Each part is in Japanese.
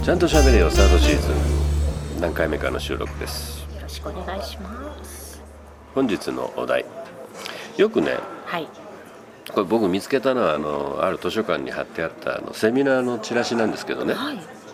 ちゃんと喋れよサードシーズン何回目かの収録です。 よろしくお願いします。 本日のお題、よくね、 はい、 これ僕見つけたのはある図書館に貼ってあったセミナーのチラシなんですけどね、 はい、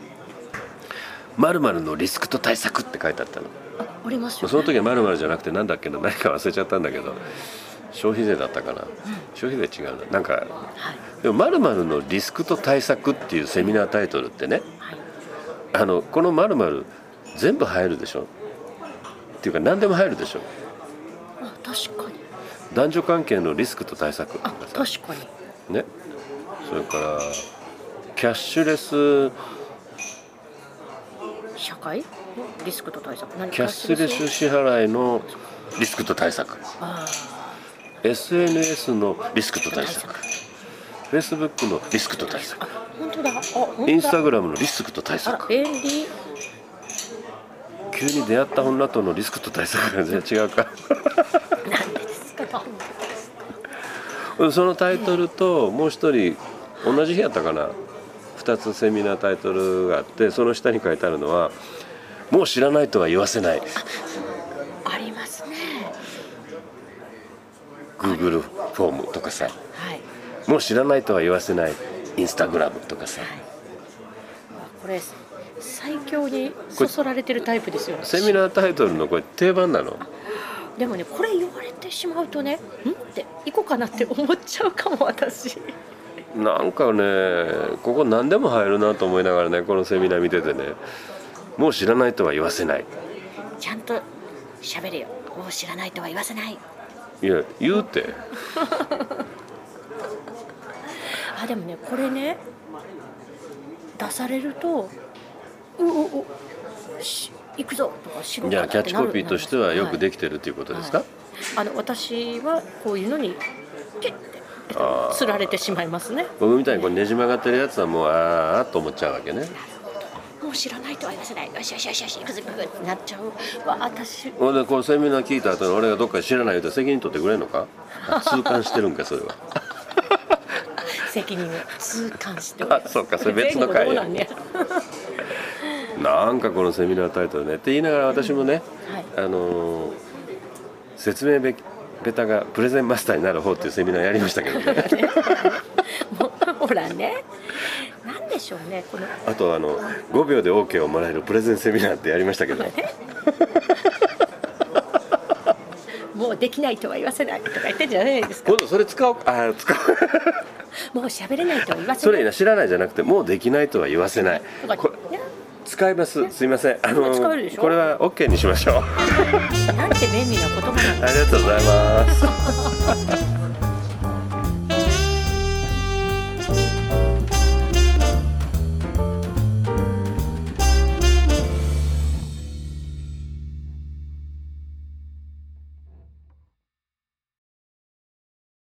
〇〇のリスクと対策って書いてあったの。 ありますよね。 その時は〇〇じゃなくて何だっけな、何か忘れちゃったんだけど、消費税だったかな、消費税違うな、なんか、 はい、 でも〇〇のリスクと対策っていうセミナータイトルってね、 はい、 この〇〇全部入るでしょっていうか何でも入るでしょ。 あ、確かに。 男女関係のリスクと対策とかさ、 確かにね、それからキャッシュレス社会のリスクと対策、 キャッシュレス支払いのリスクと対策、SNS のリスクと対策、Facebook のリスクと対策、 本当だ、 インスタグラムのリスクと対策、 便利。 急に出会った女とのリスクと対策が全然違うかなんですか。 そのタイトルともう一人同じ日やったかな、2つセミナータイトルがあって、その下に書いてあるのはもう知らないとは言わせない、 ありますね。 Google フォームとかさ、 はい、 もう知らないとは言わせないインスタグラムとかさ、 はい、これ最強にそそられてるタイプですよ。 セミナータイトルのこれ定番なの。 でもね、これ言われてしまうとね、って行こうかなって思っちゃうかも、私。 なんかね、ここ何でも入るなと思いながらね、このセミナー見ててね、もう知らないとは言わせない、 ちゃんと喋れよ、もう知らないとは言わせない。 いや言うてでもね、これね出されると行くぞとか、知ろうかなってなる。 じゃあキャッチコピーとしてはよくできてるということですか。私はこういうのにピッて釣られてしまいますね。 僕みたいにこうねじ曲がってるやつはもうあと思っちゃうわけね。 もう知らないとは言わせない、よしよしよしよし行くぞ行くぞってなっちゃう。私ほんでこうセミナー聞いた後に俺がどっかで知らない言うて責任取ってくれんのか痛感してるんかそれは責任を痛感しております。 そうか、それ別の回や。 前後どうなんねなんかこのセミナータイトルねって言いながら私もね、説明ベタがプレゼンマスターになる方っていうセミナーやりましたけどねもうほらね、なんでしょうね、このあと5秒で OK をもらえるプレゼンセミナーってやりましたけどもうできないとは言わせないとか言ってんじゃないですか。 今度それ使おう。 もう喋れないとは言わせない。 それいいな、知らないじゃなくてもうできないとは言わせない。これ使います。すいません。 使えるでしょ。 これは OK にしましょうなんて便利な言葉なんです。 ありがとうございます